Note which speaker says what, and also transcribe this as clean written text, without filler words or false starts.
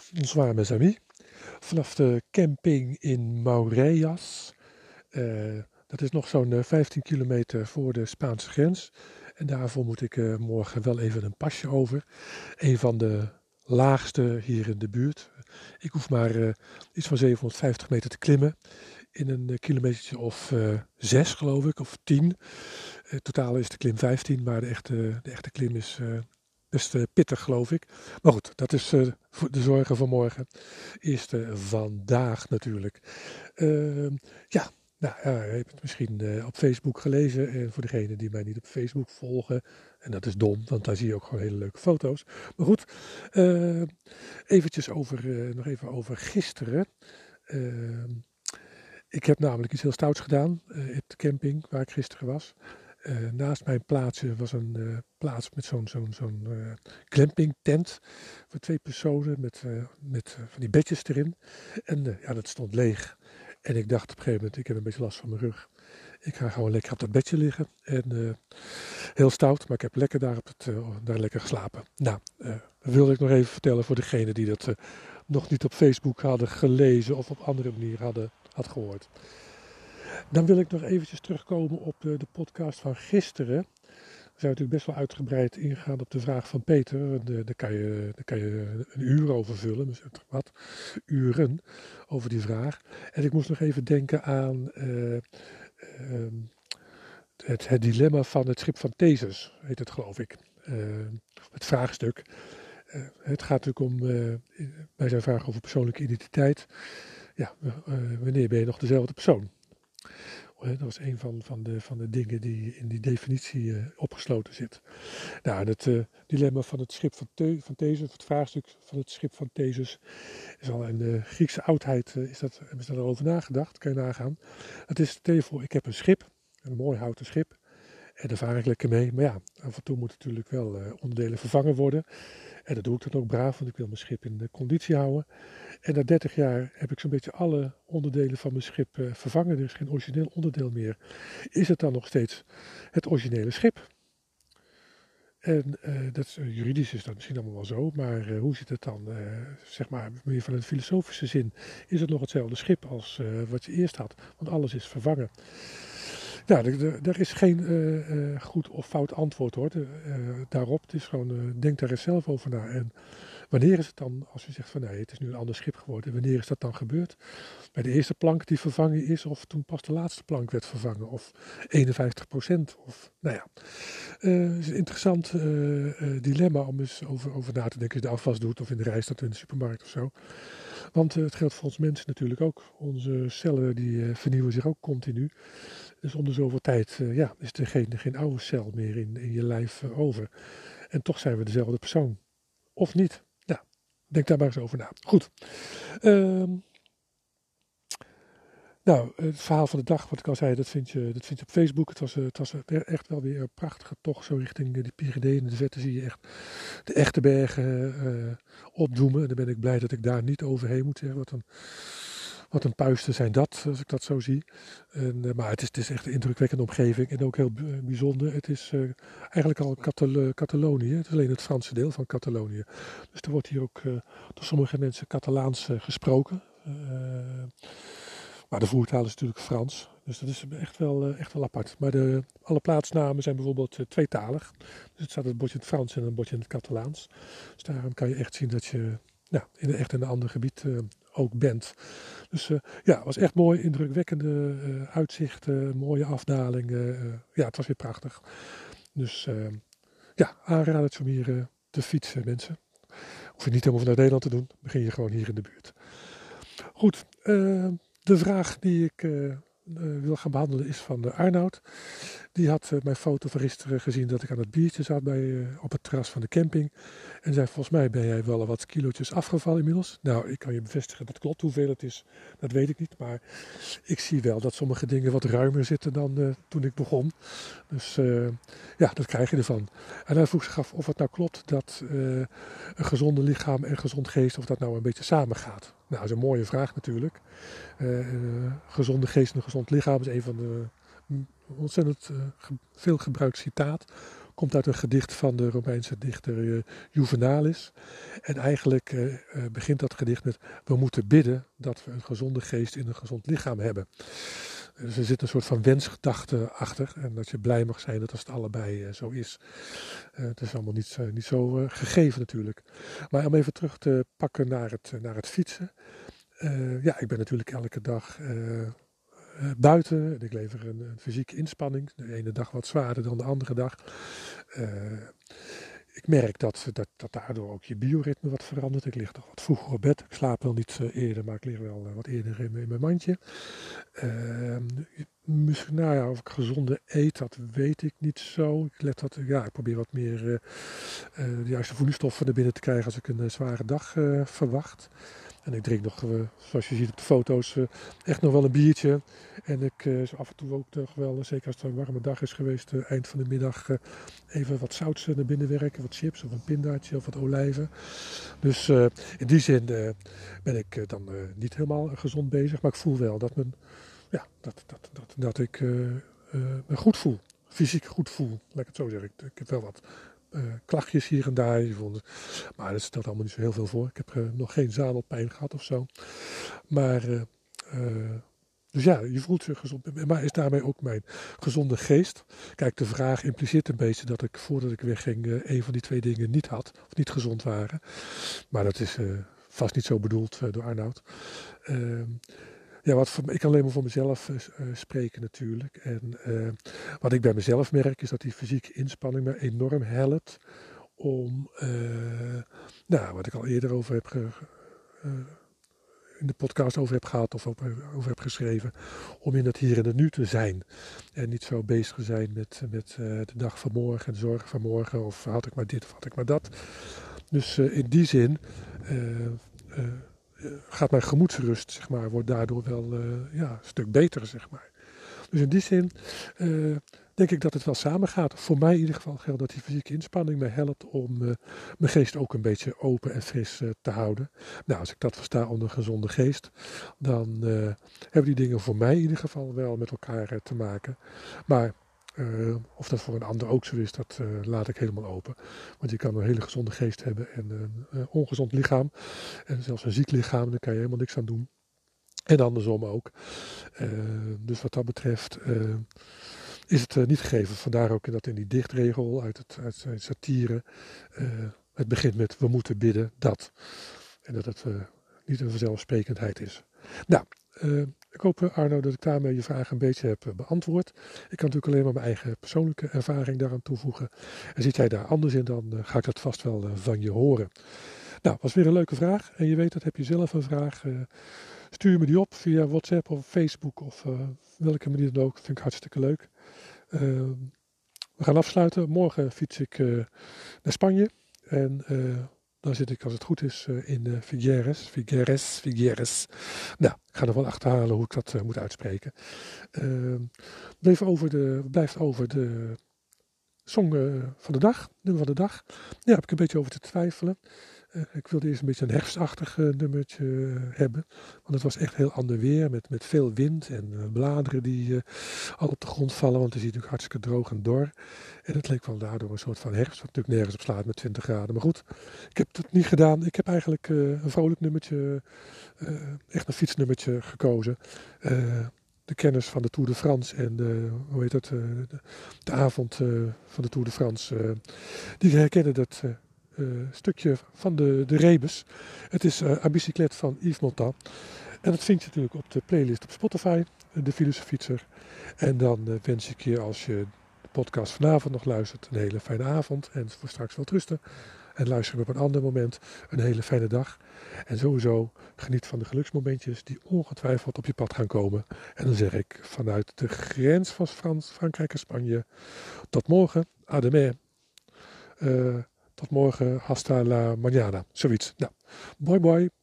Speaker 1: Bonsoir mes amis. Vanaf de camping in Maureas. Dat is nog zo'n 15 kilometer voor de Spaanse grens. En daarvoor moet ik morgen wel even een pasje over. Een van de laagste hier in de buurt. Ik hoef maar iets van 750 meter te klimmen. In een kilometertje of 6 geloof ik, of 10. Totaal is de klim 15, maar de echte klim is best pittig geloof ik. Maar goed, dat is voor de zorgen van morgen. Eerst vandaag natuurlijk. Ja, nou, je hebt het misschien op Facebook gelezen. En voor degenen die mij niet op Facebook volgen. En dat is dom, want daar zie je ook gewoon hele leuke foto's. Maar goed, eventjes nog even over gisteren. Uh, Ik heb namelijk iets heel stouts gedaan op de camping waar ik gisteren was. Naast mijn plaatsje was een plaats met zo'n campingtent voor 2 personen met van die bedjes erin. En ja, dat stond leeg. En ik dacht op een gegeven moment, ik heb een beetje last van mijn rug. Ik ga gewoon lekker op dat bedje liggen. En heel stout, maar ik heb lekker daar lekker geslapen. Nou, dat wilde ik nog even vertellen voor degenen die dat nog niet op Facebook hadden gelezen of op andere manier had gehoord. Dan wil ik nog eventjes terugkomen op de podcast van gisteren. We zijn natuurlijk best wel uitgebreid ingegaan op de vraag van Peter. Daar kan je een uur over vullen, dus wat uren over die vraag. En ik moest nog even denken aan het dilemma van het schip van Theseus, heet het geloof ik. Het vraagstuk. Het gaat natuurlijk om, bij zijn vraag over persoonlijke identiteit. Ja, wanneer ben je nog dezelfde persoon? Dat was een van de dingen die in die definitie opgesloten zit. Nou, en het dilemma van het schip van Theseus, het vraagstuk van het schip van Theseus, is al in de Griekse oudheid, hebben ze daarover nagedacht, kan je nagaan. Het is, stel je voor, ik heb een schip, een mooi houten schip, en daar vaar ik lekker mee. Maar ja, af en toe moeten natuurlijk wel onderdelen vervangen worden. En dat doe ik dan ook braaf, want ik wil mijn schip in de conditie houden. En na 30 jaar heb ik zo'n beetje alle onderdelen van mijn schip vervangen. Er is geen origineel onderdeel meer. Is het dan nog steeds het originele schip? En juridisch is dat misschien allemaal wel zo, maar hoe zit het dan, zeg maar, meer van een filosofische zin? Is het nog hetzelfde schip als wat je eerst had? Want alles is vervangen. Ja, er is geen goed of fout antwoord hoor, daarop. Het is gewoon, denk daar eens zelf over na. En wanneer is het dan, als je zegt van nee, het is nu een ander schip geworden, wanneer is dat dan gebeurd? Bij de eerste plank die vervangen is, of toen pas de laatste plank werd vervangen, of 51%, of nou ja. Het is een interessant dilemma om eens over na te denken als je de afwas doet, of in de rij staat in de supermarkt of zo. Want het geldt voor ons mensen natuurlijk ook. Onze cellen die vernieuwen zich ook continu. Dus om de zoveel tijd is er geen oude cel meer in je lijf over. En toch zijn we dezelfde persoon. Of niet? Nou, denk daar maar eens over na. Goed. Nou, het verhaal van de dag, wat ik al zei, dat vind je op Facebook. Het was echt wel weer een prachtige tocht zo richting de Pyreneeën. In de verte zie je echt de echte bergen opdoemen. En dan ben ik blij dat ik daar niet overheen moet zeggen. Wat een puisten zijn dat, als ik dat zo zie. Maar het is echt een indrukwekkende omgeving en ook heel bijzonder. Het is eigenlijk al Catalonië. Het is alleen het Franse deel van Catalonië. Dus er wordt hier ook door sommige mensen Catalaans gesproken. Maar de voertaal is natuurlijk Frans. Dus dat is echt wel apart. Maar alle plaatsnamen zijn bijvoorbeeld tweetalig. Dus het staat een bordje in het Frans en een bordje in het Catalaans. Dus daarom kan je echt zien dat je echt in een ander gebied ook bent. Dus het was echt mooi, indrukwekkende uitzichten, mooie afdalingen. Het was weer prachtig. Dus aanrader om hier te fietsen, mensen. Hoef je niet helemaal vanuit Nederland te doen, begin je gewoon hier in de buurt. Goed, de vraag die ik wil gaan behandelen is van Arnoud. Die had mijn foto van gisteren gezien dat ik aan het biertje zat op het terras van de camping. En zei, volgens mij ben jij wel wat kilootjes afgevallen inmiddels. Nou, ik kan je bevestigen dat klopt. Hoeveel het is, dat weet ik niet. Maar ik zie wel dat sommige dingen wat ruimer zitten dan toen ik begon. Dus dat krijg je ervan. En hij vroeg zich af of het nou klopt dat een gezonde lichaam en gezond geest, of dat nou een beetje samengaat. Nou, dat is een mooie vraag natuurlijk. Gezonde geest en een gezond lichaam is een van de ontzettend veel gebruikt citaat. komt uit een gedicht van de Romeinse dichter Juvenalis. En eigenlijk begint dat gedicht met: we moeten bidden dat we een gezonde geest in een gezond lichaam hebben. Dus er zit een soort van wensgedachte achter. En dat je blij mag zijn dat als het allebei zo is. Het is allemaal niet zo gegeven natuurlijk. Maar om even terug te pakken naar het fietsen. Ja, ik ben natuurlijk elke dag buiten. En ik lever een fysieke inspanning. De ene dag wat zwaarder dan de andere dag. Ik merk dat daardoor ook je bioritme wat verandert. Ik lig toch wat vroeger op bed. Ik slaap wel niet eerder, maar ik lig wel wat eerder in mijn mandje. Misschien, nou ja, of ik gezonde eet, dat weet ik niet zo. Ik probeer wat meer de juiste voedingsstoffen naar binnen te krijgen als ik een zware dag verwacht. En ik drink nog, zoals je ziet op de foto's, echt nog wel een biertje. En ik zo af en toe ook nog wel, zeker als het een warme dag is geweest, eind van de middag even wat zouts naar binnen werken. Wat chips of een pindaatje of wat olijven. Dus in die zin ben ik dan niet helemaal gezond bezig. Maar ik voel wel dat ik me goed voel. Fysiek goed voel, laat ik het zo zeggen. Ik heb wel wat klachtjes hier en daar. Maar dat stelt allemaal niet zo heel veel voor. Ik heb nog geen zadelpijn gehad of zo. Maar, dus ja, je voelt je gezond. Maar is daarmee ook mijn gezonde geest? Kijk, de vraag impliceert een beetje dat ik voordat ik wegging een van die twee dingen niet had. Of niet gezond waren. Maar dat is vast niet zo bedoeld door Arnoud. Ja, ik kan alleen maar voor mezelf spreken natuurlijk. En wat ik bij mezelf merk is dat die fysieke inspanning me enorm helpt om, wat ik al eerder over heb in de podcast over heb gehad of over heb geschreven, om in het hier en het nu te zijn. En niet zo bezig te zijn met de dag van morgen en de zorgen van morgen of had ik maar dit of had ik maar dat. Dus in die zin gaat mijn gemoedsrust, zeg maar, wordt daardoor wel een stuk beter, zeg maar. Dus in die zin denk ik dat het wel samen gaat. Voor mij in ieder geval geldt dat die fysieke inspanning mij helpt om mijn geest ook een beetje open en fris te houden. Nou, als ik dat versta onder gezonde geest, dan hebben die dingen voor mij in ieder geval wel met elkaar te maken. Maar of dat voor een ander ook zo is, dat laat ik helemaal open. Want je kan een hele gezonde geest hebben en een ongezond lichaam. En zelfs een ziek lichaam, daar kan je helemaal niks aan doen. En andersom ook. Dus wat dat betreft is het niet gegeven. Vandaar ook dat in die dichtregel uit satire. Het begint met: we moeten bidden dat. En dat het niet een vanzelfsprekendheid is. Nou, ik hoop Arno dat ik daarmee je vraag een beetje heb beantwoord. Ik kan natuurlijk alleen maar mijn eigen persoonlijke ervaring daaraan toevoegen. En zit jij daar anders in, dan ga ik dat vast wel van je horen. Nou, was weer een leuke vraag. En je weet dat, heb je zelf een vraag, stuur me die op via WhatsApp of Facebook of welke manier dan ook. Dat vind ik hartstikke leuk. We gaan afsluiten. Morgen fiets ik naar Spanje. En dan zit ik, als het goed is, in Figueres. Nou, ik ga er wel achterhalen hoe ik dat moet uitspreken. Blijft over de song van de dag, nummer van de dag. Ja, heb ik een beetje over te twijfelen. Ik wilde eerst een beetje een herfstachtig nummertje hebben. Want het was echt heel ander weer met veel wind en bladeren die al op de grond vallen. Want het is hier natuurlijk hartstikke droog en dor. En het leek wel daardoor een soort van herfst. Wat natuurlijk nergens op slaat met 20 graden. Maar goed, ik heb het niet gedaan. Ik heb eigenlijk een vrolijk nummertje, echt een fietsnummertje gekozen. De kennis van de Tour de France en de avond van de Tour de France, die herkennen dat stukje van de Rebus. Het is A Bicyclette van Yves Montand. En dat vind je natuurlijk op de playlist op Spotify, de Filosofietser. En dan wens ik je, als je de podcast vanavond nog luistert, een hele fijne avond. En voor straks wel rusten. En luister op een ander moment een hele fijne dag. En sowieso geniet van de geluksmomentjes die ongetwijfeld op je pad gaan komen. En dan zeg ik vanuit de grens van Frankrijk en Spanje: tot morgen, à demain. Tot morgen, hasta la mañana. Zoiets. Nou, bye bye.